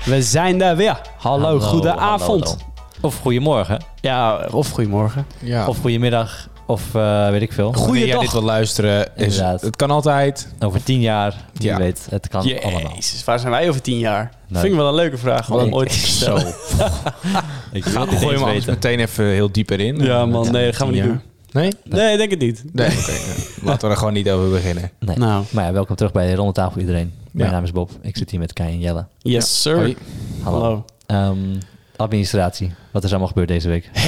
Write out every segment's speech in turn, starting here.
We zijn daar weer. Hallo, goede avond. Hallo. Of goedemorgen. Ja, of goedemorgen. Ja. Of goedemiddag. Of weet ik veel. Wanneer jij dag. dit wil luisteren, Inderdaad. het kan altijd. Over 10 jaar. Wie Ja. weet. Het kan allemaal. Jezus, waar zijn wij over 10 jaar? Nee. Vind ik wel een leuke vraag om Nee. ooit te stellen. Ik wil het Gooi niet hem eens anders weten. meteen even heel diep erin. Ja man, nee, dat gaan we niet doen. Nee? Nee, ik denk het niet. Nee, oké. Laten we er gewoon niet over beginnen. Nee. Nou, Maar ja, welkom terug bij Ronde Tafel iedereen. Mijn Ja. naam is Bob. Ik zit hier met Kai en Jelle. yes sir. Hoi. Hallo. Administratie. Wat is allemaal gebeurd deze week?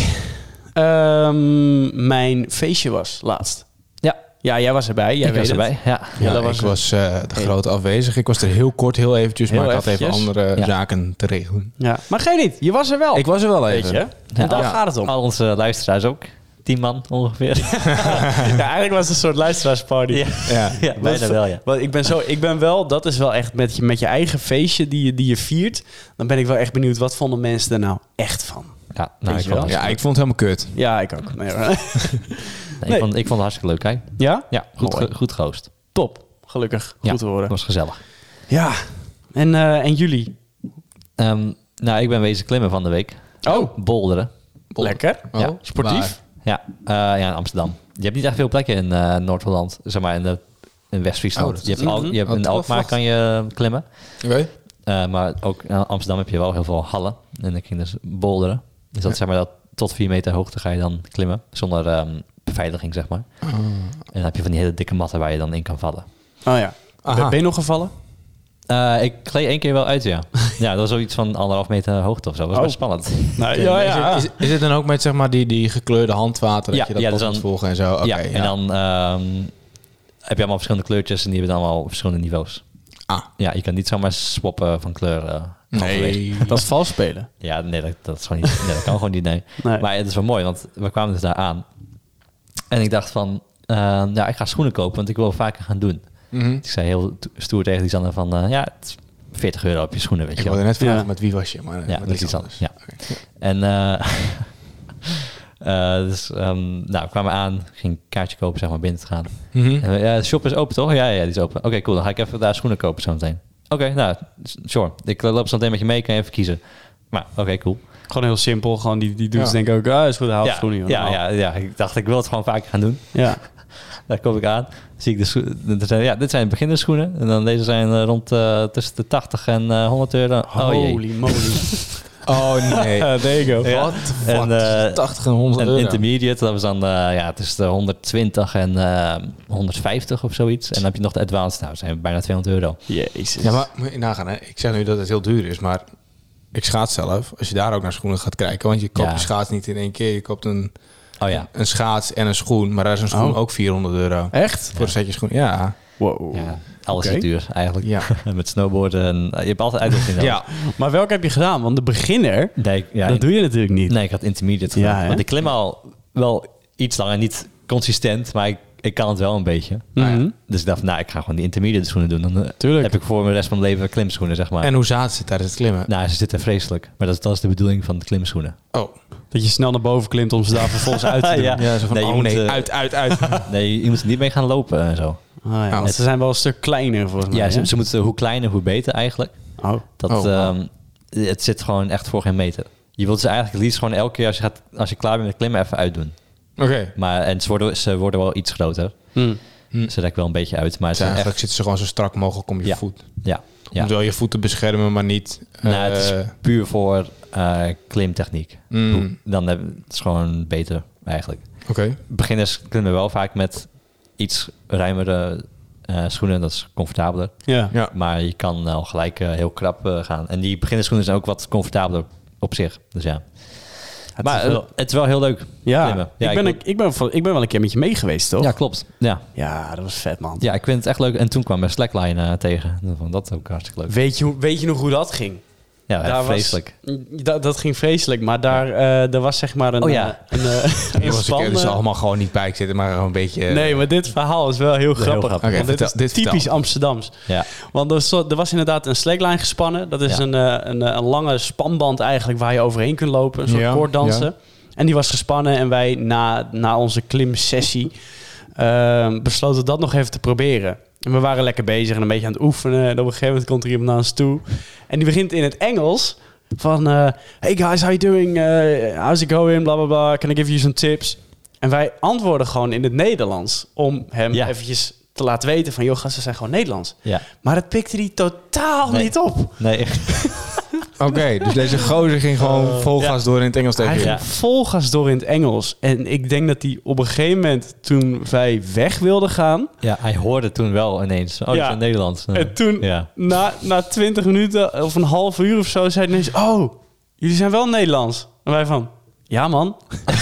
Mijn feestje was laatst. Ja. Ja, jij was erbij. Jij Ik weet was het. erbij. Ja. Ja, dat ik was- was de grote afwezig. Ik was er heel kort, heel eventjes, Heel maar ik had even eventjes. andere Ja. zaken te regelen. Ja, maar geen niet. Je was er wel. Ik was er wel weet even. je. En daar gaat het om. Al onze luisteraars ook. 10 man ongeveer. Ja, eigenlijk was het een soort luisteraarsparty. Ja. Ja. Ja, bijna wel, ja. Want ik ben wel, dat is wel echt met je eigen feestje die je viert. Dan ben ik wel echt benieuwd, wat vonden mensen er nou echt van? Ja, nou, Weet ik je vond, wel? Ja, ik vond het helemaal kut. Ja, ik ook. Nee, hoor. nee, Nee. ik vond het hartstikke leuk, hè? Ja? Ja, Mooi. goed gehost. Top. Gelukkig. Ja, Goed te horen. Het was gezellig. Ja. En jullie? Nou, ik ben wezen klimmen van de week. Oh, Boulderen. lekker. Ja. Oh, sportief. Ja, in Amsterdam. Je hebt niet echt veel plekken in Noord-Holland, zeg maar in West-Friesland. Oh, dat je is- hebt, je hebt Oh, in dat Alkmaar was- kan je klimmen. Oké. Maar ook in Amsterdam heb je wel heel veel hallen. En dan kun je dus boulderen. Dus dat, zeg maar, dat tot 4 meter hoogte ga je dan klimmen. Zonder beveiliging, zeg maar. Oh. En dan heb je van die hele dikke matten waar je dan in kan vallen. Oh ja. Aha. Ben je nog gevallen? Ik gleed 1 keer wel uit, ja. Ja, dat was zoiets van 1,5 meter hoogte of zo. Dat was best spannend. Nou, Oké, maar is het dan ook met zeg maar die gekleurde handwater dat Ja, je dat ja, op dus moet dan- volgen en zo? Oké, ja, en dan heb je allemaal verschillende kleurtjes en die hebben dan allemaal verschillende niveaus. Ah. Ja, je kan niet zomaar swappen van kleur. halverwege. Nee. Dat is vals spelen. Ja, nee, dat is gewoon niet. Nee, dat kan gewoon niet, nee. Nee. Maar het is wel mooi, want we kwamen dus daar aan. En ik dacht van, ja, ik ga schoenen kopen, want ik wil vaker gaan doen. Mhm. Ik zei heel stoer tegen die Sander van, ja, het is 40 euro op je schoenen, weet Ik je wel. wilde net vragen Ja. met wie was je, maar Ja, met met iets iets anders. anders. Ja. En dus, nou, we kwamen aan, ging een kaartje kopen, zeg maar, binnen te gaan. Mhm. En ja, de shop is open, toch? Ja, die is open. Oké, cool. Dan ga ik even daar schoenen kopen zo meteen. Oké, nou, sure. Ik loop zo meteen met je mee, kan je even kiezen. Maar, oké, cool. Gewoon heel simpel. Gewoon die doet Ja. denk ik ook, is goed, haal schoenen. joh. Ja. Ik dacht, ik wil het gewoon vaker gaan doen. Ja. Daar kom ik aan. Zie ik de schoenen. Ja, dit zijn beginnerschoenen. En dan deze zijn rond tussen de 80 en 100 euro. Oh jee. Holy moly. Oh nee. There you go. Ja. What the fuck? En, 80 en 100 Een euro. intermediate, dat was dan tussen de 120 en 150 of zoiets. En dan heb je nog de advanced, nou, zijn bijna 200 euro. Jezus. Ja, maar moet je nagaan, hè? Ik zeg nu dat het heel duur is, maar ik schaats zelf. Als je daar ook naar schoenen gaat kijken, want je koopt Ja. je schaats niet in één keer. Je koopt een Oh ja. schaats en een schoen, maar daar is een schoen Oh. ook 400 euro. Echt? Voor een setje schoen. Ja. Wow. Ja, alles Oké. is duur eigenlijk. Ja. Met snowboarden en je hebt altijd uitrusting nodig. Ja. Maar welke heb je gedaan? Want de beginner, Nee, dat doe je natuurlijk niet. Nee, ik had intermediate Ja, gedaan. hè? Want ik klim al wel iets langer, niet consistent, maar ik kan het wel een beetje. Mhm. Dus ik dacht, nou, ik ga gewoon die intermediate schoenen doen. Dan Tuurlijk. heb ik voor mijn rest van mijn leven klimschoenen, zeg maar. En hoe zaten ze tijdens het klimmen? Nou, ze zitten vreselijk. Maar dat is de bedoeling van de klimschoenen. Oh. Dat je snel naar boven klimt om ze daar vervolgens uit te doen. Ja. Ja, zo van, Nee, je oh moet, nee, uit. Nee, je moet er niet mee gaan lopen en zo. Oh, ja, want Het- ze zijn wel een stuk kleiner volgens mij. Ja, hè? ze moeten hoe kleiner, hoe beter eigenlijk. Oh. Dat, Oh, wow. het zit gewoon echt voor geen meter. Je wilt ze eigenlijk het liefst gewoon elke keer als je klaar bent met klimmen even uitdoen. Oké. Maar, en ze worden wel iets groter. Hm. Ze rekken wel een beetje uit. Maar Dus het is eigenlijk echt... zitten ze gewoon zo strak mogelijk om je Ja. voet. Ja, ja. Om wel je voet te beschermen, maar niet... Nou, het is puur voor klimtechniek. mm, Dan het is gewoon beter eigenlijk. Oké. Beginners klimmen wel vaak met iets ruimere schoenen. Dat is comfortabeler. Ja. Ja. Maar je kan al gelijk heel krap gaan. En die beginnerschoenen zijn ook wat comfortabeler op zich. Dus ja. Maar het is wel heel leuk Ja, klimmen. Ja, ik ben wel een keer met je mee geweest, toch? Ja, klopt. Ja. Ja, dat was vet, man. Ja, ik vind het echt leuk. En toen kwam er Slackline tegen. Dan vond ik dat ook hartstikke leuk. Weet je nog hoe dat ging? Ja, Daar vreselijk. Dat ging vreselijk, maar daar was zeg maar een... Oh ja. een Je was span, er allemaal gewoon niet bij zitten, maar gewoon een beetje... Nee, maar dit verhaal is wel heel grappig. grappig. Oké, Want dit vertel- is dit typisch vertel. Amsterdams. Ja. Want er was inderdaad een slackline gespannen. Dat is Ja. een lange spanband eigenlijk waar je overheen kunt lopen. Een soort Ja, koorddansen. ja. En die was gespannen en wij na onze klimsessie besloten dat nog even te proberen. En we waren lekker bezig en een beetje aan het oefenen. En op een gegeven moment komt er iemand naar ons toe. En die begint in het Engels van... hey guys, how you doing? How's it going? Blah, blah, blah. Can I give you some tips? En wij antwoorden gewoon in het Nederlands. Om hem eventjes te laten weten van... joh, gasten zijn gewoon Nederlands. Ja. Maar dat pikte hij totaal niet op. Nee, Oké, dus deze gozer ging gewoon vol gas door in het Engels tegen Hij je. ging vol gas door in het Engels. En ik denk dat hij op een gegeven moment, toen wij weg wilden gaan... ja, hij hoorde toen wel ineens. Oh, je bent Nederlands. En toen, na 20 minuten of een half uur of zo, zei hij ineens... oh, jullie zijn wel Nederlands. En wij van... ja, man.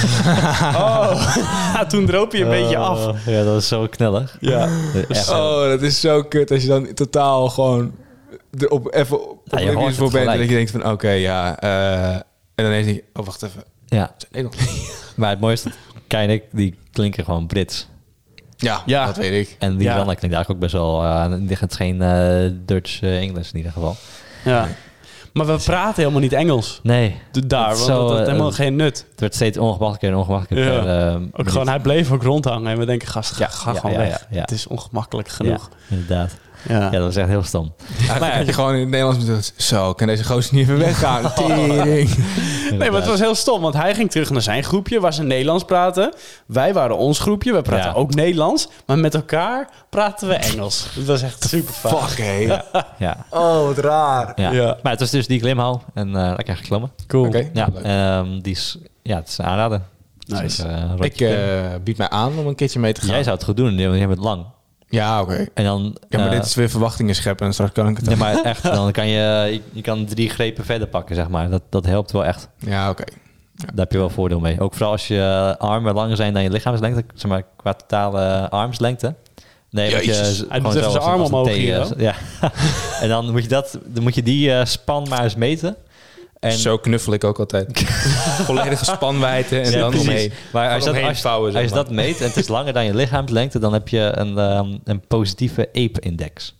Toen droop je een beetje af. Ja, dat is zo knellig. Ja. Echt. Oh, dat is zo kut als je dan totaal gewoon erop even je hoort voor het bent. En gelijk. dat je denkt van oké, ja. En dan ineens denk je, oh wacht even. Ja, Nederlands. maar het mooiste, Kai en ik, die klinken gewoon Brits. Ja, dat weet ik. En die Ja. klinkt eigenlijk ook best wel... het is geen Dutch English in ieder geval. Ja. Maar we praten helemaal niet Engels. Nee. Daar, want dat had helemaal geen nut. Het werd steeds ongemakkelijker en ongemakkelijker. Ja. per, Ook gewoon, hij bleef ook rondhangen. En we denken, gast, ga gewoon weg. ja. Het is ongemakkelijk genoeg. Ja, inderdaad. Ja. Ja, dat was echt heel stom. Eigenlijk had je gewoon in het Nederlands moeten zo, kan deze gozer niet even weggaan? Tering. Nee, maar het was heel stom, want hij ging terug naar zijn groepje waar ze Nederlands praten. Wij waren ons groepje, we praten ook Nederlands. Maar met elkaar praten we Engels. Het was echt super fijn. Fuck, hé. Ja. Oh, wat raar. Ja. Ja. Maar het was dus die klimhal en lekker geklommen. Cool. Oké. Ja, Leuk. die is, het is een aanrader. Nice. Dus, Ik bied mij aan om een keertje mee te gaan. Jij zou het goed doen, want jij bent lang. Ja, oké. En dan... Ja, maar dit is weer verwachtingen scheppen en straks kan ik het Nee, maar echt, dan kan je kan 3 grepen verder pakken, zeg maar. Dat helpt wel echt. Ja, oké. Daar heb je wel voordeel mee. Ook vooral als je armen langer zijn dan je lichaamslengte, zeg maar qua totale armslengte. Nee, moet je Jezus. Hij gewoon doet even zo zijn arm als een omhoog T, hier, ja. En dan moet je die span maar eens meten. En Zo knuffel ik ook altijd. Volledige spanwijdte en Ja, dan precies. omheen. Maar als Omheen je vouwen, zeg als je maar. dat meet en het is langer dan je lichaamslengte, dan heb je een positieve ape-index.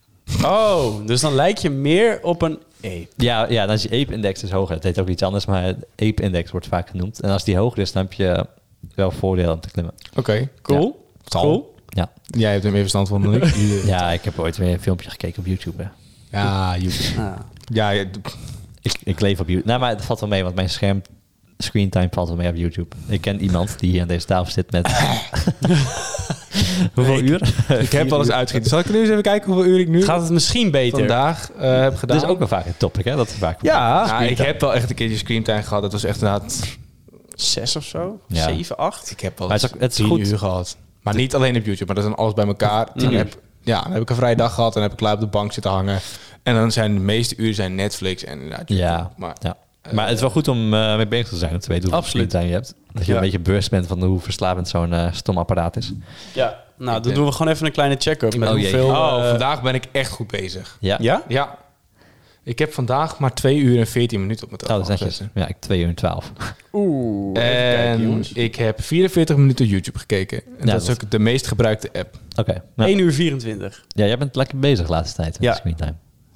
Oh, dus dan lijk je meer op een ape. Ja, dan is je ape-index dus hoger. Het heet ook iets anders, maar ape-index wordt vaak genoemd. En als die hoger is, dan heb je wel voordeel om te klimmen. Oké. Cool. Zal. Cool. Ja, Jij hebt er meer verstand van dan ik. ja ik heb ooit weer een filmpje gekeken op YouTube. Hè. Ja, YouTube. Ah. Ja, Ik leef op YouTube. Nou, maar het valt wel mee, want mijn screentime valt wel mee op YouTube. Ik ken iemand die hier aan deze tafel zit met... Hoeveel uur? ik heb wel eens uitgeschieten. Zal ik nu eens even kijken hoeveel uur ik nu Gaat het misschien beter? vandaag heb gedaan? Dat is ook wel vaak een topic, hè? Dat is vaak Ja, ik heb wel echt een keertje screentime gehad. Dat was echt inderdaad... 6 of zo? Ja. 7, 8? Ik heb wel Maar eens het is 10 goed. uur gehad. Maar niet alleen op YouTube, maar dat is dan alles bij elkaar. Dan heb ik een vrije dag gehad en heb ik klaar op de bank zitten hangen. En dan zijn de meeste uren zijn Netflix en inderdaad YouTube. Ja, Maar maar het is wel goed om mee bezig te zijn om te weten hoeveel Absoluut. screentime je hebt. Dat je een beetje bewust bent van hoe verslavend zo'n stom apparaat is. Ja. Nou, dan doen we gewoon even een kleine check-up. Met Oh, jee. hoeveel... vandaag ben ik echt goed bezig. Ja, Ja? Ja. Ik heb vandaag maar 2 uur en 14 minuten op mijn Oh, dat telefoon is netjes. gezet. Ja, ik 2 uur en 12. Oeh, even kijken, En jongens. ik heb 44 minuten YouTube gekeken. En Ja, dat is dat- ook de meest gebruikte app. Oké. Nou, 1 uur 24. ja, jij bent lekker bezig de laatste tijd met Ja. screentime.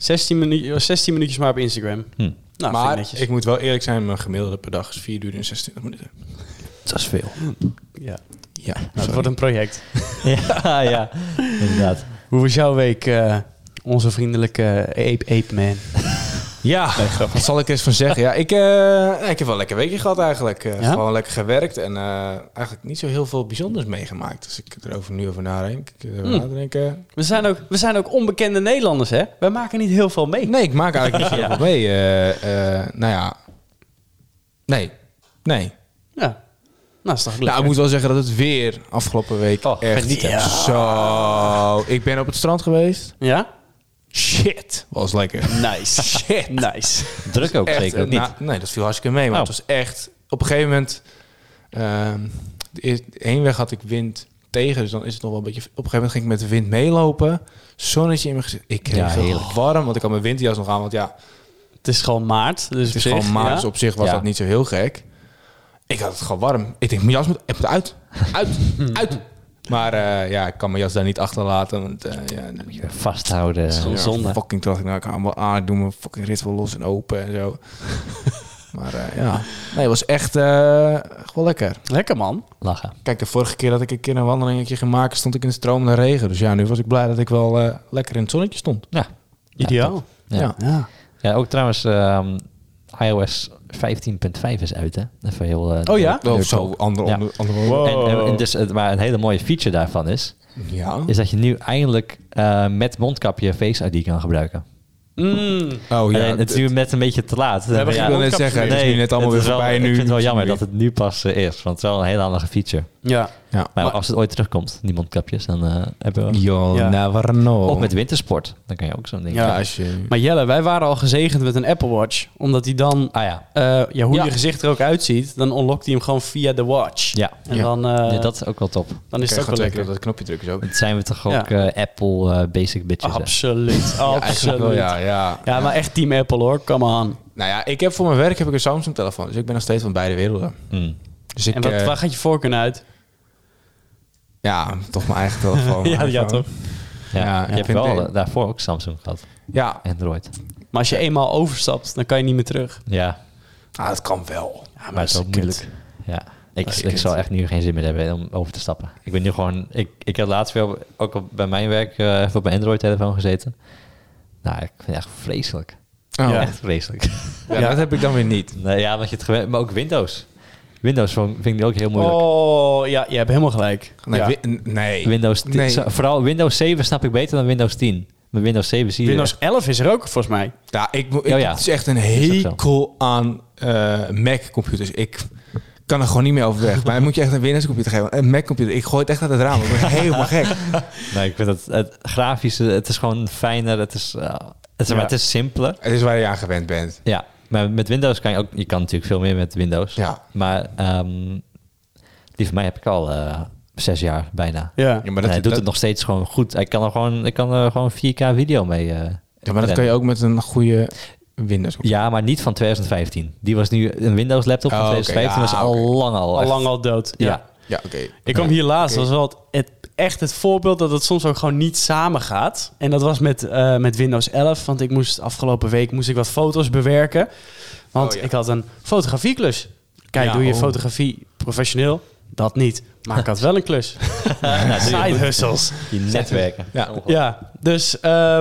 16 minuutjes maar op Instagram. Nou, vind maar netjes. ik moet wel eerlijk zijn, mijn gemiddelde per dag is 4 uur en 26 minuten. Dat is veel. Ja. Ja, Nou, het wordt een project. ja, inderdaad. Hoe was jouw week, onze vriendelijke Ape Man? Ja, wat zal ik eens van zeggen? Ja, ik heb wel een lekker weekje gehad eigenlijk. Ja? Gewoon lekker gewerkt en eigenlijk niet zo heel veel bijzonders meegemaakt. Dus ik erover nu over nadenk. Nadenken. We zijn ook onbekende Nederlanders, hè? Wij maken niet heel veel mee. Nee, ik maak eigenlijk niet zo heel veel mee. Nou ja, nee. Ja. Nou, is toch Nou, lekker. ik moet wel zeggen dat het weer afgelopen week Oh, echt genieten. Ja. zo... Ik ben op het strand geweest. Ja? Shit, was lekker. Nice. Shit. Nice. Druk ook Echt, zeker, of niet? nee, dat viel hartstikke mee. Maar Oh. het was echt... Op een gegeven moment... de heenweg had ik wind tegen. Dus dan is het nog wel een beetje... Op een gegeven moment ging ik met de wind meelopen. Zonnetje in mijn gezicht. Ik kreeg Ja, het heerlijk. warm. Want ik had mijn winterjas nog aan. Want ja, Het is gewoon maart. Dus het is gewoon maart. Dus op zich was Ja. dat niet zo heel gek. Ik had het gewoon warm. Ik denk, mijn jas moet uit. Uit. Maar ja, ik kan mijn jas daar niet achterlaten. Want ja, Vasthouden. gewoon zonde. fucking dacht ik, nou, ik haal hem wel aan. Ik doe mijn fucking rit wel los en open en zo. Maar ja, nee, het was echt wel lekker. Lekker, man. Lachen. Kijk, de vorige keer dat ik een keer een wandelingetje ging maken, stond ik in de stromende regen. Dus ja, nu was ik blij dat ik wel lekker in het zonnetje stond. Ja. Ideaal. Ja. Ja. Ja, ook trouwens, iOS 15.5 is uit, hè? Even heel... Oh ja? Of zo, andere Ja. Wow. En dus, maar een hele mooie feature daarvan is dat je nu eindelijk met mondkapje Face ID kan gebruiken. Oh ja, En het is nu net een beetje te laat. We hebben ik geen wil net mondkapjes zeggen, meer. het is nu net allemaal het weer is wel- voorbij. Nu Ik vind het wel jammer weer. dat het nu pas is, want het is wel een hele handige feature. Ja. Ja. Maar als het ooit terugkomt, die mondkapjes, dan hebben we... You'll Ja. never know. Of met wintersport, dan kan je ook zo'n ding. Ja. Ja, als je... Maar Jelle, wij waren al gezegend met een Apple Watch. Omdat hij dan, Ah ja, hoe Ja. je gezicht er ook uitziet, dan unlockt hij hem gewoon via de watch. ja. En Ja. dan, Ja, dat is ook wel top. dan is het ook wel lekker. dat het knopje drukken is ook. Het zijn we toch ook Ja. Apple basic bitches. hè? Absoluut. Ja, eigenlijk Absoluut. wel, Ja, ja. maar echt team Apple hoor. Come on. Nou ja, ik heb voor mijn werk een Samsung-telefoon. Dus ik ben nog steeds van beide werelden. Mm. Dus ik, En waar gaat je voorkeur uit? ja, toch mijn eigen telefoon. Ja, mijn ja, iPhone. toch. Ja, Ja, je ik hebt vind wel het- daarvoor ook Samsung gehad. Ja, Android. Maar als je eenmaal overstapt, dan kan je niet meer terug. Ja, dat kan wel. Ja, maar het is ook kut. moeilijk. Ja. Ik kut. zou echt nu geen zin meer hebben om over te stappen. Ik ben nu gewoon... Ik had laatst weer ook bij mijn werk even op mijn Android-telefoon gezeten. Nou, ik vind het echt vreselijk. Oh. Ja. Echt vreselijk. Ja, dat heb ik dan weer niet. Nee, ja, want je het gewend... Maar ook Windows. Windows vind ik ook heel moeilijk. Oh, ja, je hebt helemaal gelijk. Nee, Ja. nee. Windows 10, Nee. vooral Windows 7 snap ik beter dan Windows 10. Met Windows 7 zie je... Windows 11 is er ook, volgens mij. Ja, Oh ja. het is echt een is ook zo. hekel aan Mac-computers. Ik kan er gewoon niet meer over weg. Maar dan moet je echt een Windows-computer geven. Een Mac-computer. Ik gooi het echt uit het raam. Ik ben helemaal gek. Nee, ik vind het grafische... Het is gewoon fijner. Het is, het is simpeler. Het is waar je aan gewend bent. Ja, maar met Windows kan je ook... Je kan natuurlijk veel meer met Windows. Ja. Maar die van mij heb ik al 6 jaar bijna. Ja. Ja, maar En hij doet het nog steeds gewoon goed. Ik kan er gewoon 4K video mee Ja, maar dat kan je ook met een goede Windows-computer. Ja, maar niet van 2015. Die was nu... Een Windows laptop van Oh, oké. 2015 was Ja, al oké. lang al. Al echt- lang al dood. Ja. Ja, oké. Ik kwam hier laatst, Oké. dat was wel echt het voorbeeld dat het soms ook gewoon niet samen gaat. En dat was met Windows 11, want afgelopen week moest ik wat foto's bewerken. Want Oh, ja. ik had een fotografieklus. Kijk, Ja, doe je oh. fotografie professioneel? Dat niet. Maar ik had wel een klus. Side hustles. Die netwerken. Ja. Ja, dus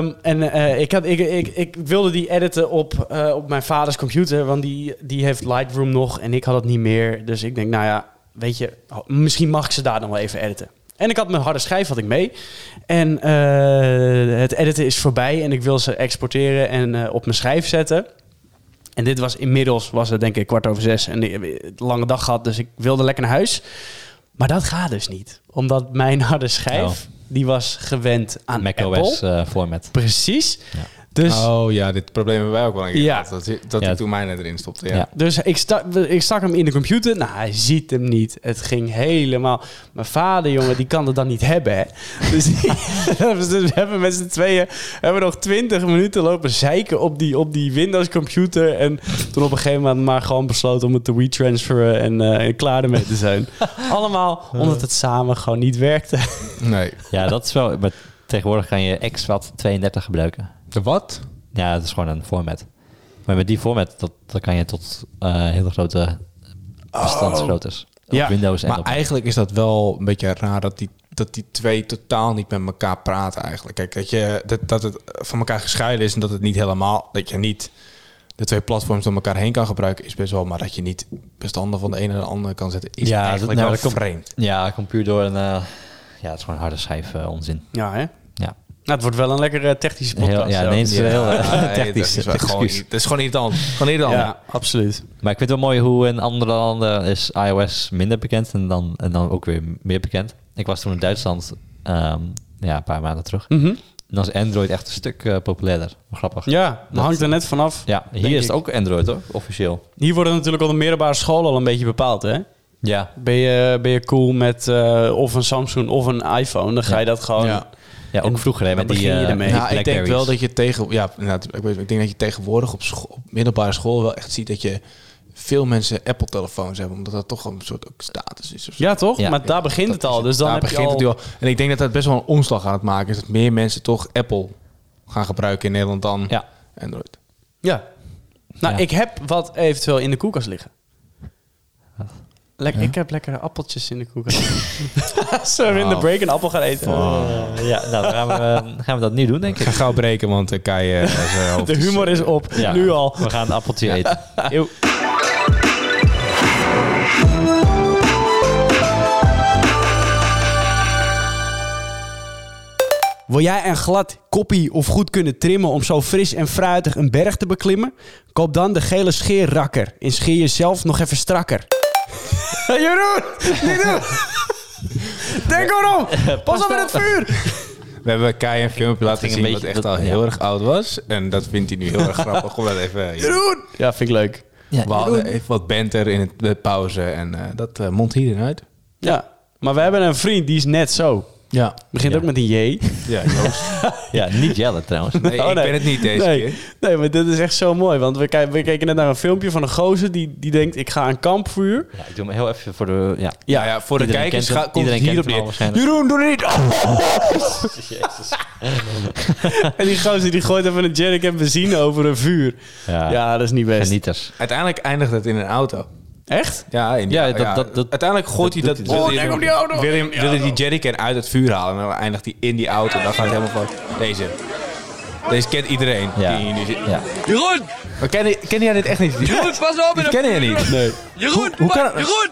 ik wilde die editen op mijn vaders computer, want die heeft Lightroom nog en ik had het niet meer. Dus ik denk, nou ja, weet je, misschien mag ik ze daar dan wel even editen. En ik had mijn harde schijf had ik mee. En het editen is voorbij en ik wil ze exporteren en op mijn schijf zetten. En dit was het denk ik 5:15 en een lange dag gehad, dus ik wilde lekker naar huis. Maar dat gaat dus niet, omdat mijn harde schijf, die was gewend aan macOS Apple. format. Precies. Ja. Dus, Oh ja, dit probleem hebben wij ook wel een keer Ja. gehad. Dat Ja. ik toen mij net erin stopte. Ja. Ja. dus ik stak hem in de computer. Nou, hij ziet hem niet. Het ging helemaal... Mijn vader, jongen, die kan het dan niet hebben, hè. Dus we hebben met z'n tweeën nog 20 minuten lopen zeiken op die Windows-computer. En toen op een gegeven moment maar gewoon besloten om het te retransferen en klaar ermee te zijn. Allemaal omdat het samen gewoon niet werkte. Nee. Ja, dat is wel... Maar tegenwoordig kan je XWAT 32 gebruiken. De wat? Ja, dat is gewoon een format. Maar met die format, dat kan je tot hele grote bestandsgroottes. Op Ja, Windows en Maar op... eigenlijk is dat wel een beetje raar dat die twee totaal niet met elkaar praten eigenlijk. Kijk, dat het van elkaar gescheiden is en dat het niet helemaal... Dat je niet de twee platforms door elkaar heen kan gebruiken is best wel... Maar dat je niet bestanden van de ene naar de andere kan zetten is Ja, eigenlijk nou, wel dat komt- vreemd. Ja, komt puur door een... ja, het is gewoon harde schijf onzin. Ja, hè? Ja. Nou, het wordt wel een lekkere technische podcast. Heel, ja, zo. nee, het is heel nee, technisch. dat is wel gewoon, Excuus. dat is gewoon irritant. Gewoon irritant. Ja, absoluut. Maar ik vind het wel mooi hoe in andere landen is iOS minder bekend en dan ook weer meer bekend. Ik was toen in Duitsland een paar maanden terug. Mhm. En dan is Android echt een stuk populairder. Grappig. Ja, dat hangt er net vanaf. Ja, hier Denk is het ik. ook Android hoor, officieel. Hier worden natuurlijk op de middelbare school al een beetje bepaald, hè? Ja, Ben je cool met of een Samsung of een iPhone, dan ga je dat gewoon... Ja. ja ook En vroeger hè, dan met die begin je ermee. die Nou, ik denk Blackberries. wel dat je tegenwoordig op middelbare school wel echt ziet dat je veel mensen Apple-telefoons hebben, omdat dat toch een soort ook status is. Of zo. Ja, toch? Ja. Maar daar begint het Dat al. is Dus dan daar heb je begint al... het nu al. En ik denk dat dat best wel een omslag aan het maken is, dat meer mensen toch Apple gaan gebruiken in Nederland dan Ja. Android. Ja. Nou, Ja. ik heb wat eventueel in de koelkast liggen. Ja? Ik heb lekkere appeltjes in de koelkast. Zullen we in de break een appel gaan eten? Ja, nou, dan gaan we dat nu doen, denk Ik ga ik. gauw breken, want Kai... zijn hoofd De humor is op, Ja, nu al. We gaan een appeltje eten. Eeuw. Wil jij een glad koppie of goed kunnen trimmen om zo fris en fruitig een berg te beklimmen? Koop dan de gele scheerrakker en scheer jezelf nog even strakker. Jeroen, niet doen! Denk erom! Pas op met het vuur! We hebben Kai een filmpje laten ging zien een wat beetje- echt al dat- heel ja. erg oud was. En dat vindt hij nu heel erg grappig. Om dat even... Jeroen! Ja, vind ik leuk. Ja, We hadden even wat banter in de pauze. En dat mondt hier uit. Ja, maar we hebben een vriend die is net zo. Ja. Begint Ja. ook met een J. Ja, Joost. ja, niet jellen trouwens. Nee, Oh, ik ben het niet deze nee. keer. Nee, maar dit is echt zo mooi. Want we keken net naar een filmpje van een gozer die denkt... ik ga een kampvuur. Ja, ik doe me heel even voor de... Ja. Ja, voor de Iedereen kijkers kent hem. komt het Iedereen hierop kent hem al neer. waarschijnlijk. Jeroen, doe niet! Jezus. En die gozer die gooit even een jerrycan benzine over een vuur. Ja, Ja, dat is niet best. genieters. Uiteindelijk eindigt het in een auto. Echt? Ja, Ja, dat- uiteindelijk gooit hij dat... doet wil hij. hij Oh, denk op die auto. Wil hij die jerrycan uit het vuur halen. En dan eindigt hij in die auto. Dan gaat het helemaal van... Deze kent iedereen. Ja. Die hier nu zit. Ja. Jeroen! Maar ken jij dit echt niet? Jeroen, pas op! Dit ken je niet? Nee. Jeroen! Hoe kan het? Jeroen!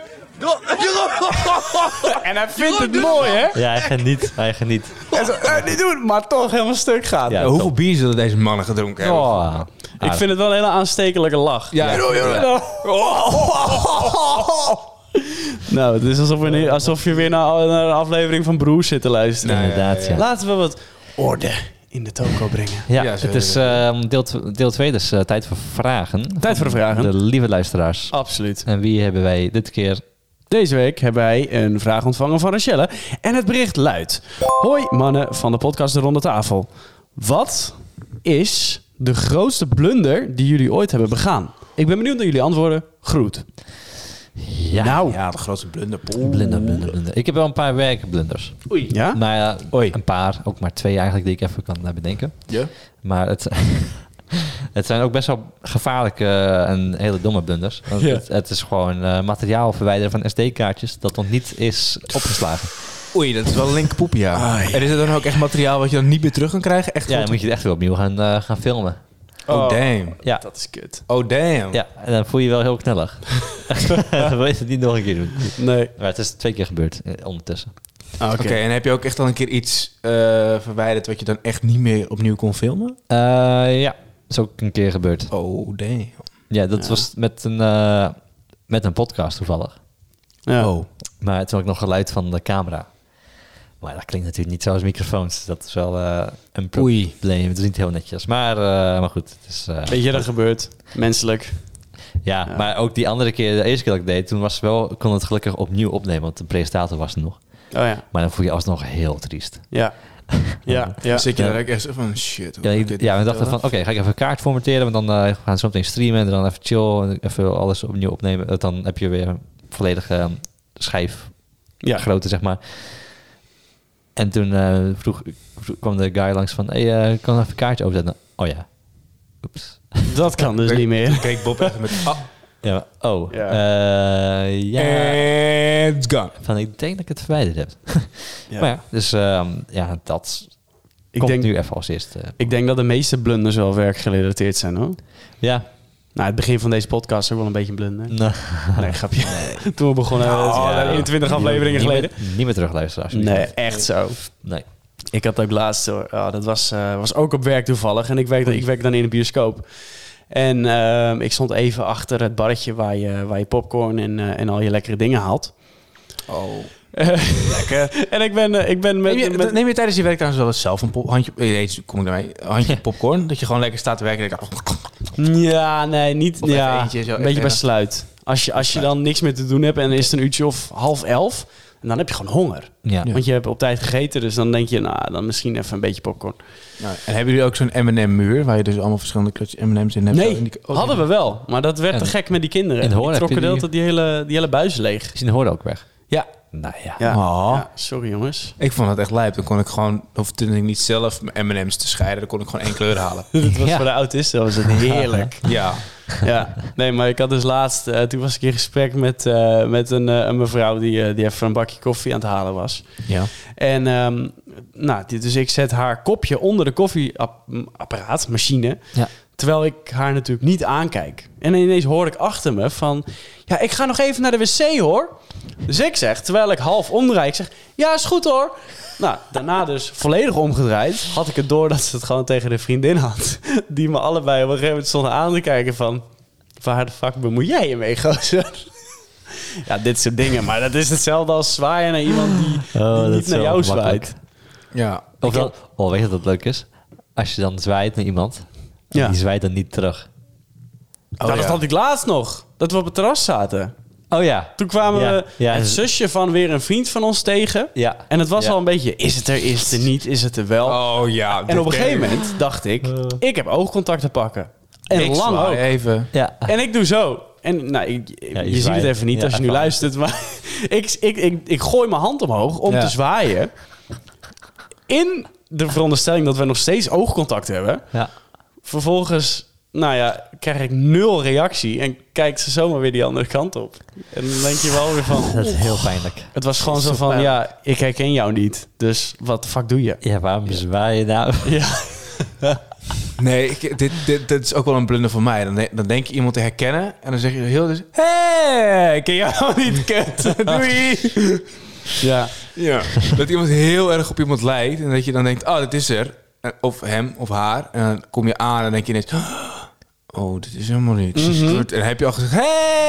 Jeroen! En hij vindt het mooi, hè? Ja, hij geniet. En zo, niet doen, maar toch helemaal stuk gaat. Ja, Hoeveel top. bier zullen deze mannen gedronken hebben? Oh. Ik vind het wel een hele aanstekelijke lach. Ja. Ja. Nou, het is alsof je weer naar een aflevering van Broers zit te luisteren. Nee. Inderdaad, ja. Laten we wat orde in de toko brengen. Ja, Ja, het is deel 2, dus tijd voor vragen. Tijd voor de vragen. De lieve luisteraars. Absoluut. En wie hebben wij dit keer? Deze week hebben wij een vraag ontvangen van Rachelle. En het bericht luidt... Hoi mannen van de podcast De Ronde Tafel. Wat is de grootste blunder die jullie ooit hebben begaan? Ik ben benieuwd naar jullie antwoorden. Groet. Ja, Nou. Ja, de grootste blunder. blunder. Ik heb wel een paar werkblunders. Oei. Ja? Nou ja, Oei. een paar. Ook maar 2 eigenlijk die ik even kan bedenken. Ja? Maar het zijn ook best wel gevaarlijke en hele domme blunders. Want Ja. het is gewoon materiaal verwijderen van SD-kaartjes dat nog niet is opgeslagen. Oei, dat is wel een linkerpoepie, ja. Ai. En is het dan ook echt materiaal wat je dan niet meer terug kan krijgen? Echt Ja, dan grote- moet je het echt weer opnieuw gaan filmen. Oh, damn. Ja. Dat is kut. Oh, damn. Ja, en dan voel je je wel heel knellig. Dan wil je het niet nog een keer doen. Nee. Maar het is 2 keer gebeurd ondertussen. Ah, Oké, en heb je ook echt al een keer iets verwijderd wat je dan echt niet meer opnieuw kon filmen? Ja, dat is ook een keer gebeurd. Oh, damn. Ja, dat was met een podcast toevallig. Ja. Oh. Maar toen had ik nog geluid van de camera. Maar dat klinkt natuurlijk niet zoals microfoons. Dat is wel een Oei. probleem. Het is niet heel netjes. Maar goed. Het is, Weet je, dat gebeurt. Menselijk. ja, Ja. maar ook die andere keer, de eerste keer dat ik deed, toen kon het gelukkig opnieuw opnemen. Want de presentator was er nog. Oh ja. Maar dan voel je alsnog heel triest. Ja. Ja. Ja. Dan zit je Ja. daar ook echt zo van, shit. hoe Ja, moet ik dit we dachten vertellen? van, oké, ga ik even een kaart formateren. Want dan gaan we zo meteen streamen. En dan even chill. En even alles opnieuw opnemen. Dan heb je weer een volledige schijf Ja. grootte, zeg maar. En toen kwam de guy langs van... Hey, kan ik even een kaartje overzetten? Oh ja. Oeps. Dat kan dus Dan niet meer. keek Bob echt met... Oh, Ja, oh. Ja. Ja. and it's gone. Van, ik denk dat ik het verwijderd heb. Ja. Maar ja, dus ja, dat Ik komt denk, nu even als eerste. ik denk dat de meeste blunders wel werkgerelateerd zijn, hoor. Ja. Nou, het begin van deze podcast is ook wel een beetje een blunder. Nou, Nee, grapje. Toen we begonnen, ja. 21 afleveringen niet geleden. Niet meer terugluisteren, alsjeblieft. Nee, echt zo. Nee. Ik had ook laatst, hoor. Ja, dat was ook op werk toevallig. En ik werk dan in een bioscoop. En ik stond even achter het barretje waar je popcorn en al je lekkere dingen haalt. Oh, lekker. En ik ben met... Neem je tijdens je werk trouwens wel eens zelf een handje... kom ik daarmee? Een handje popcorn? Dat je gewoon lekker staat te werken en denk Ja, nee, niet... Of even Ja, eentje zo, een beetje even- bij sluit. Als je dan niks meer te doen hebt en is het een uurtje of 10:30... En dan heb je gewoon honger. Ja. Want je hebt op tijd gegeten, dus dan denk je... Nou, dan misschien even een beetje popcorn. Nou, en hebben jullie ook zo'n M&M-muur... waar je dus allemaal verschillende kleurtjes M&M's in hebt? Nee, Zo in die- oh, hadden we wel. Maar dat werd En te gek met die kinderen. in Hoorn Die trokken heb de je hele tijd die hele buis leeg. Is in de hoorde ook weg. Ja, Nou ja. Ja. Oh. Ja, sorry jongens. Ik vond het echt lijp. Dan kon ik gewoon, hoefde ik niet zelf mijn M&M's te scheiden. Dan kon ik gewoon 1 kleur halen. Dit was Ja. voor de autisten, was het heerlijk. Ja. Ja, nee, maar ik had dus laatst... toen was ik in gesprek met een mevrouw die even een bakje koffie aan het halen was. Ja. En dus ik zet haar kopje onder de koffieapparaat, machine... Ja. Terwijl ik haar natuurlijk niet aankijk. En ineens hoor ik achter me van... Ja, ik ga nog even naar de wc, hoor. Dus ik zeg, terwijl ik half omdraai... Ik zeg, ja, is goed, hoor. Nou, daarna dus volledig omgedraaid... had ik het door dat ze het gewoon tegen de vriendin had... die me allebei op een gegeven moment stonden aan te kijken van... waar de fuck bemoei jij je mee, gozer? Ja, dit soort dingen. Maar dat is hetzelfde als zwaaien naar iemand die dat niet is naar zo jou makkelijk. zwaait. Ja. Of dan, weet je wat leuk is? Als je dan zwaait naar iemand, Ja. die zwaait dan niet terug. Nou, dat had ik laatst nog. Dat we op het terras zaten. Oh ja. Toen kwamen Ja. we Ja, het dus- zusje van weer een vriend van ons tegen. Ja. En het was Ja. al een beetje, is het er niet, is het er wel? Oh ja. En op een gegeven moment dacht ik heb oogcontact te pakken. En lang ook. Even. Ja. En ik doe zo. En nou, je ziet het zwaait. even niet Ja, als je nu even luistert. Maar ik gooi mijn hand omhoog om Ja. te zwaaien. In de veronderstelling dat we nog steeds oogcontact hebben. Ja. Vervolgens, krijg ik 0 reactie. En kijkt ze zomaar weer die andere kant op. En dan denk je wel weer van... Dat is heel pijnlijk. Het was gewoon zo van, ik herken jou niet. Dus wat de fuck doe je? Ja, waarom zwaai je nou? Ja. Nee, dit is ook wel een blunder voor mij. Dan denk je iemand te herkennen. En dan zeg je heel dus... Hé, ik ken jou niet, kut. Doei. Ja. Ja. Dat iemand heel erg op iemand lijkt. En dat je dan denkt, oh, dit is er. Of hem of haar. En dan kom je aan en denk je ineens... Oh, dit is helemaal niet. En dan heb je al gezegd...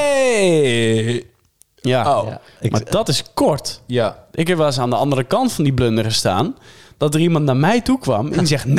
Hey. Ja. Oh. Ja. Maar dat is kort. Ja. Ik heb wel eens aan de andere kant van die blunder gestaan. Dat er iemand naar mij toe kwam en die zegt...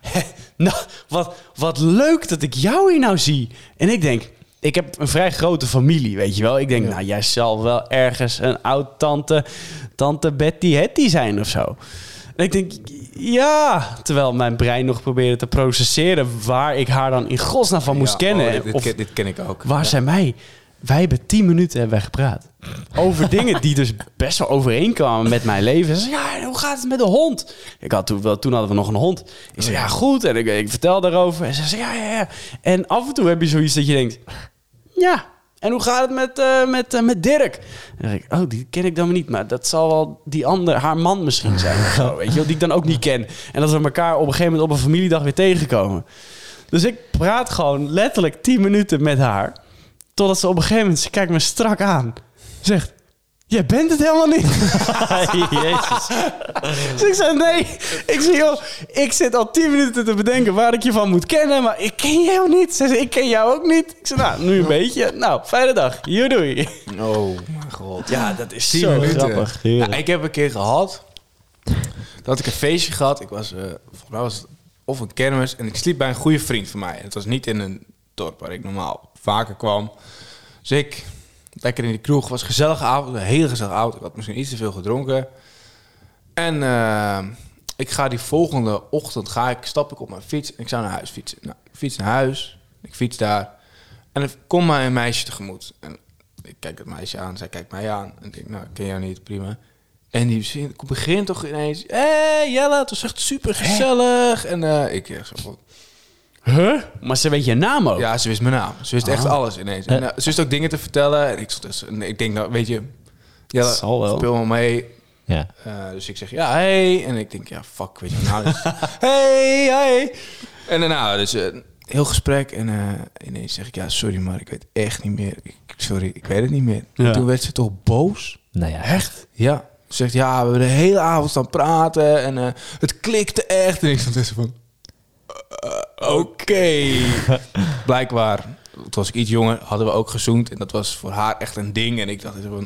wat leuk dat ik jou hier nou zie. En ik denk... Ik heb een vrij grote familie, weet je wel. Ik denk, jij zal wel ergens een oud-tante Betty Hetty zijn of zo. En ik denk, ja... Terwijl mijn brein nog probeerde te processeren... waar ik haar dan in godsnaam van moest kennen. Oh, dit ken ik ook. Waar zijn wij? Wij hebben 10 minuten hebben wij gepraat. Over dingen die dus best wel overeenkwamen met mijn leven. Ze zei, ja, hoe gaat het met de hond? Toen hadden we nog een hond. Ik zei, ja, goed. En ik vertel daarover. En ze zei, ja. En af en toe heb je zoiets dat je denkt... Ja, en hoe gaat het met Dirk? En dan denk ik, oh, die ken ik dan niet. Maar dat zal wel die andere, haar man misschien zijn. Of zo, weet je wel, die ik dan ook niet ken. En dat we elkaar op een gegeven moment op een familiedag weer tegenkomen. Dus ik praat gewoon letterlijk 10 minuten met haar... Totdat ze op een gegeven moment, ze kijkt me strak aan. Zegt, jij bent het helemaal niet. Jezus. Dus ik zei, nee. Ik zei, joh, ik zit al 10 minuten te bedenken waar ik je van moet kennen. Maar ik ken jou niet. Ze zei, ik ken jou ook niet. Ik zei, nou, nu een beetje. Nou, fijne dag. Hier doei. Oh, mijn god. Ja, dat is 10 zo minuten. grappig. Ja, ik heb een keer gehad... Dat had ik een feestje gehad. Ik was, volgens mij was het of een kermis. En ik sliep bij een goede vriend van mij. Het was niet in een dorp waar ik normaal vaker kwam. Dus ik, lekker in de kroeg, was een gezellige avond, een hele gezellige avond. Ik had misschien iets te veel gedronken. En ik ga die volgende ochtend, stap ik op mijn fiets en ik zou naar huis fietsen. Nou, ik fiets naar huis, ik fiets daar. En er komt mij een meisje tegemoet. En ik kijk het meisje aan, zij kijkt mij aan. En ik denk, nou, ik ken jou niet, prima. En die begint toch ineens... Hé, Jelle, het was echt super gezellig. En ik zeg zo van... Huh? Maar ze weet je naam ook. Ja, ze wist mijn naam. Ze wist echt alles ineens. En ze wist ook dingen te vertellen. En ik stond dus, en ik denk, nou, weet je... Jelle, Zal wel. speel me mee. Ja. Dus ik zeg, ja, hey. En ik denk, ja, fuck, weet je nou... Dus, hey. En daarna, dus heel gesprek. En ineens zeg ik, ja, sorry, maar ik weet echt niet meer. Sorry, ik weet het niet meer. Ja. En toen werd ze toch boos. Nou ja. Echt? Ja. Ze zegt, ja, we hebben de hele avond staan praten. En het klikte echt. En ik stond tussen van... Oké. Blijkbaar, toen was ik iets jonger, hadden we ook gezoend. En dat was voor haar echt een ding. En ik dacht van...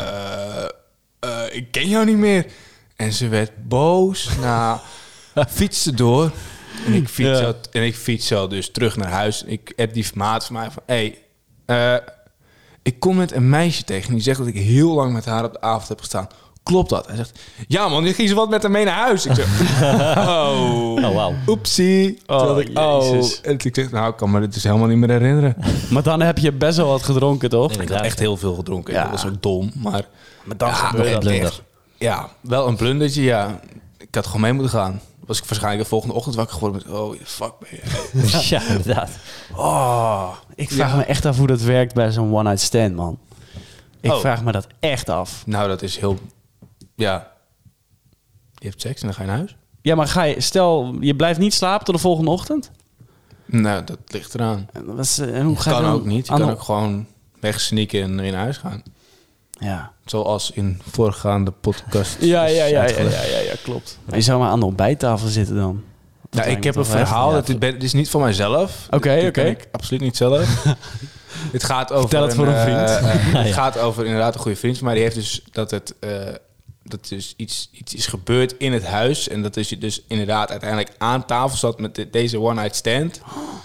ik ken jou niet meer. En ze werd boos. Nou, fietste door. En ik fiets zo dus terug naar huis. Ik heb die maat van mij van... ik kom met een meisje tegen. Die zegt dat ik heel lang met haar op de avond heb gestaan. klopt dat? Hij zegt, ja man, je ging zo wat met hem mee naar huis. Ik zeg, Oh, wauw. oepsie. Oh, Jezus. En ik zeg, nou, ik kan me dit dus helemaal niet meer herinneren. Maar dan heb je best wel wat gedronken, toch? Ik had echt heel veel gedronken. Ja. Dat was ook dom, maar... Maar dan Ja, gebeurt nog dat. een blunder. Ja, wel een blundertje, ja. Ik had gewoon mee moeten gaan. Was ik waarschijnlijk de volgende ochtend wakker geworden met... Oh, fuck ben je. Ja, inderdaad. Oh, ik vraag me echt af hoe dat werkt bij zo'n one-night stand, man. Ik Oh. vraag me dat echt af. Nou, dat is heel... Ja. Je hebt seks en dan ga je naar huis? Ja, maar stel, je blijft niet slapen tot de volgende ochtend? Nou, dat ligt eraan. En hoe ga je Kan dan ook niet. Je aan kan de- ook gewoon wegsneaken en in huis gaan. Ja. Zoals in voorgaande podcast. Ja, uitgelegd. klopt. Maar je zou maar aan de ontbijttafel zitten dan. Nou, ik heb een toch wel verhaal. heftig. Het is niet van mijzelf. Oké, Dit oké. ken ik absoluut niet zelf. Het gaat over... Vertel het voor een vriend. Het gaat over inderdaad een goede vriend van mij. Die heeft dus dat dus iets is gebeurd in het huis. En dat is je dus inderdaad uiteindelijk aan tafel zat met deze one-night stand.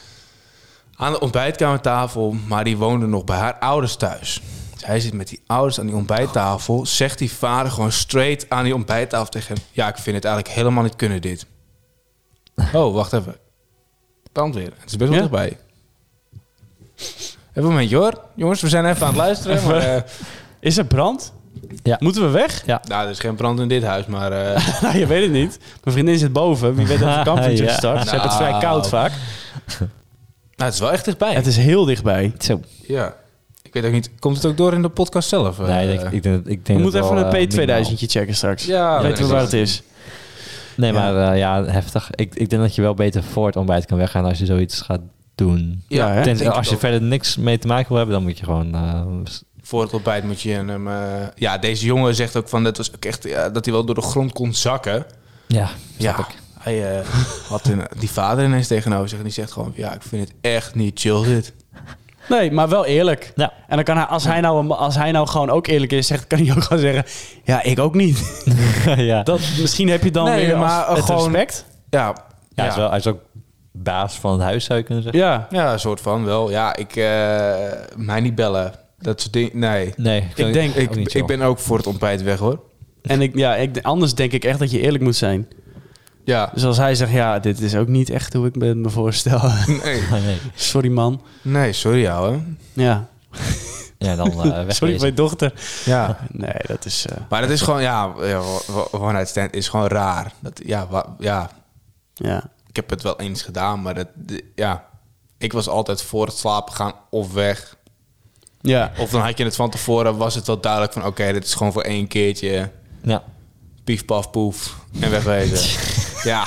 Aan de ontbijtkamertafel. Maar die woonde nog bij haar ouders thuis. Dus hij zit met die ouders aan die ontbijttafel. Zegt die vader gewoon straight aan die ontbijttafel tegen hem... Ja, ik vind het eigenlijk helemaal niet kunnen dit. Oh, wacht even. Brandweer. Het is best wel Ja? dichtbij. Even een momentje hoor. Jongens, we zijn even aan het luisteren. Maar, Is er brand? Ja. Moeten we weg? nou, er is geen brand in dit huis, maar... Nou, je weet het niet. Mijn vriendin zit boven. Wie weet dat de kampvuurtje Ja. gestart. Ze hebben het vrij koud vaak. nou, het is wel echt dichtbij. Het is heel dichtbij. Zo. Ja. Ik weet ook niet... Komt het ook door in de podcast zelf? Nee, ik denk We dat moeten wel, even een minimaal. P2000'tje checken straks. Ja, Dan weten we waar het is. Nee, Ja. maar ja, heftig. Ik denk dat je wel beter voor het ontbijt kan weggaan als je zoiets gaat doen. Ja, hè? denk ik Als je ook. verder niks mee te maken wil hebben, dan moet je gewoon... Voor het ontbijt moet je hem... ja, deze jongen zegt ook van... Dat was ook echt... dat hij wel door de grond kon zakken. ja, Ja, snap ik. hij had die vader ineens tegenover zich. En die zegt gewoon... Ja, ik vind het echt niet chill dit. Nee, maar wel eerlijk. Ja. En dan kan hij, als hij nou gewoon ook eerlijk is, zegt, kan hij ook gewoon zeggen... Ja, ik ook niet. ja. Misschien heb je dan Nee, weer maar het gewoon- respect. Ja, Ja, hij is ook baas van het huis, zou je kunnen zeggen. Ja. ja, een soort van wel. Ja, mij niet bellen. Dat soort dingen. Nee. Nee, Ik denk- ook niet zo. Ik ben ook voor het ontbijt weg, hoor. En anders denk ik echt dat je eerlijk moet zijn. Ja. Dus als hij zegt, ja, dit is ook niet echt hoe ik me voorstel. Nee. Nee. Sorry, man. Nee, sorry, ouwe. Ja. Ja, dan Sorry voor wegwezen. je dochter. Ja. Nee, dat is... Maar het is gewoon... Ja, one-night stand is gewoon raar. Dat, ja. ja. Ik heb het wel eens gedaan, maar ja. Ik was altijd voor het slapen gaan of weg. Ja. Of dan had je het van tevoren, was het wel duidelijk van... Oké, dit is gewoon voor één keertje. Ja. Pief, paf, poef. En wegwezen. Ja.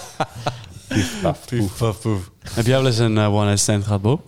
Heb jij wel eens een one-night stand gehad, Bob?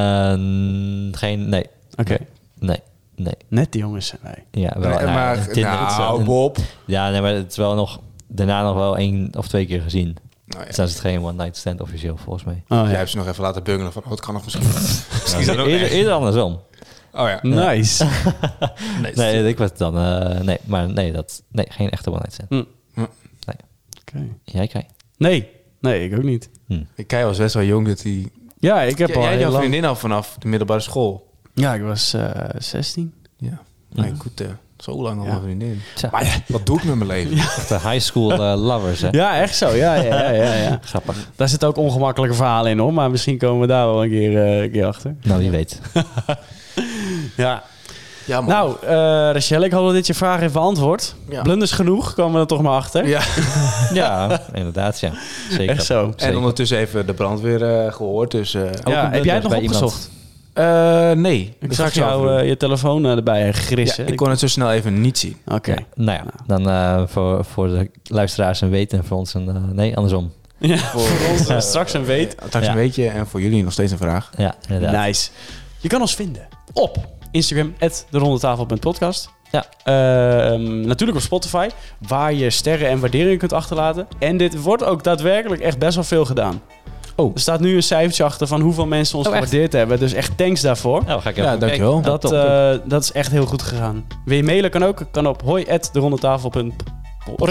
Nee. Oké. Nee. Net die jongens zijn wij. Ja, wel. Nee, maar, Tinder, het is wel- Bob. Ja, nee, maar het is wel nog... Daarna nog wel 1 of 2 keer gezien. Nou, Dus dan is het geen one-night stand officieel, volgens mij. Oh, Jij ja. hebt ze nog even laten bungelen van... Oh, het kan nog misschien. Misschien is dat ook eerder, echt. eerder andersom. Oh ja. Nice. Nee, ik was dan... geen echte one-night stand. Hm. Hm. Oké. Jij, Kai? Nee, ik ook niet. Kai was best wel jong dat hij... Ja, ik heb al Jij had heel jouw lang... vriendin al vanaf de middelbare school. Ja, ik was 16. Ja. Nee, goed. Zo lang al Ja. een vriendin. Tja, Maar ja, wat doe ik met mijn leven? echt de high school lovers, hè? Ja, echt zo. Ja. Grappig. Daar zitten ook ongemakkelijke verhalen in, hoor. Maar misschien komen we daar wel een keer achter. Nou, wie weet. Ja. Ja, man. Nou, Rachel, ik hoop dat dit je vraag heeft beantwoord. Ja. Blunders genoeg, komen we er toch maar achter. Ja. Ja, inderdaad, ja. Zeker. Echt zo. En Zeker. ondertussen even de brandweer gehoord. Dus, Ja, een heb jij het blunder nog bij iemand. opgezocht? nee. Ik zag jou je telefoon erbij grissen. ik kon het zo snel even niet zien. Oké. Ja, nou ja, dan voor de luisteraars een weten en voor ons een... nee, andersom. Ja, voor ons straks een weet. Straks Ja. een beetje en voor jullie nog steeds een vraag. Ja, inderdaad. Nice. Je kan ons vinden op Instagram, @derondetafel.podcast. Ja. Natuurlijk op Spotify, waar je sterren en waarderingen kunt achterlaten. En dit wordt ook daadwerkelijk echt best wel veel gedaan. Oh. Er staat nu een cijfertje achter van hoeveel mensen ons Oh, echt? gewaardeerd hebben. Dus echt thanks daarvoor. Nou, ga ik Ja, even dankjewel. kijken. Dat is echt heel goed gegaan. Wil je mailen kan ook. Kan op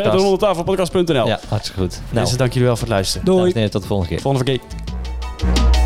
hoi@derondetafel.podcast.nl. Ja, hartstikke goed. Nou, Mensen, dank jullie wel voor het luisteren. dames en heren, tot de volgende keer. Volgende keer.